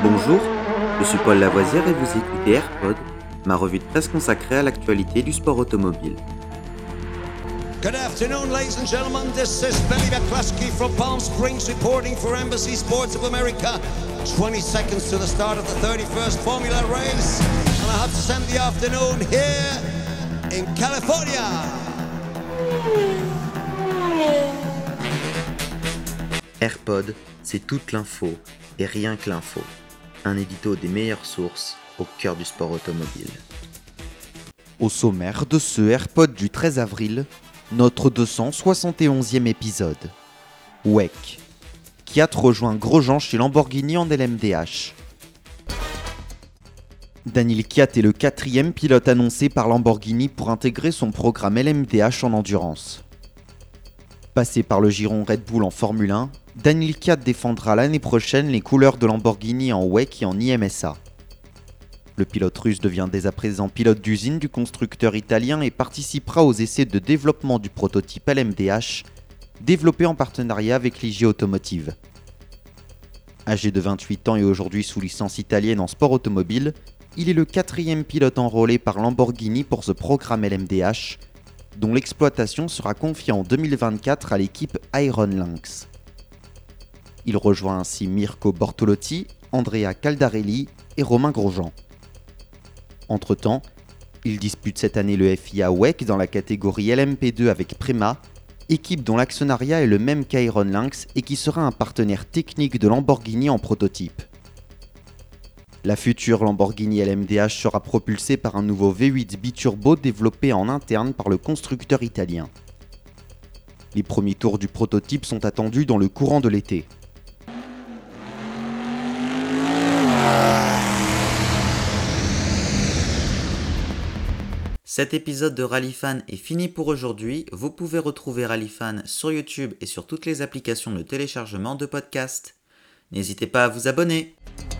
Bonjour, je suis Paul Lavoisière et vous écoutez AirPod, ma revue de presse consacrée à l'actualité du sport automobile. Good afternoon, ladies and gentlemen. This is Billy McCluskey from Palm Springs reporting for Embassy Sports of America. 20 seconds to the start of the 31st Formula race. And I have to spend the afternoon here in California. AirPod, c'est toute l'info et rien que l'info. Un édito des meilleures sources au cœur du sport automobile. Au sommaire de ce AirPod du 13 avril, notre 271e épisode. WEC. Kvyat rejoint Grosjean chez Lamborghini en LMDH. Daniil Kvyat est le 4e pilote annoncé par Lamborghini pour intégrer son programme LMDH en endurance. Passé par le giron Red Bull en Formule 1, Daniil Kvyat défendra l'année prochaine les couleurs de Lamborghini en WEC et en IMSA. Le pilote russe devient dès à présent pilote d'usine du constructeur italien et participera aux essais de développement du prototype LMDH, développé en partenariat avec Ligier Automotive. Âgé de 28 ans et aujourd'hui sous licence italienne en sport automobile, il est le 4e pilote enrôlé par Lamborghini pour ce programme LMDH, dont l'exploitation sera confiée en 2024 à l'équipe Iron Lynx. Il rejoint ainsi Mirko Bortolotti, Andrea Caldarelli et Romain Grosjean. Entre-temps, il dispute cette année le FIA WEC dans la catégorie LMP2 avec Prema, équipe dont l'actionnariat est le même qu'Iron Lynx et qui sera un partenaire technique de Lamborghini en prototype. La future Lamborghini LMDH sera propulsée par un nouveau V8 biturbo développé en interne par le constructeur italien. Les premiers tours du prototype sont attendus dans le courant de l'été. Cet épisode de Rallyfan est fini pour aujourd'hui. Vous pouvez retrouver Rallyfan sur YouTube et sur toutes les applications de téléchargement de podcasts. N'hésitez pas à vous abonner.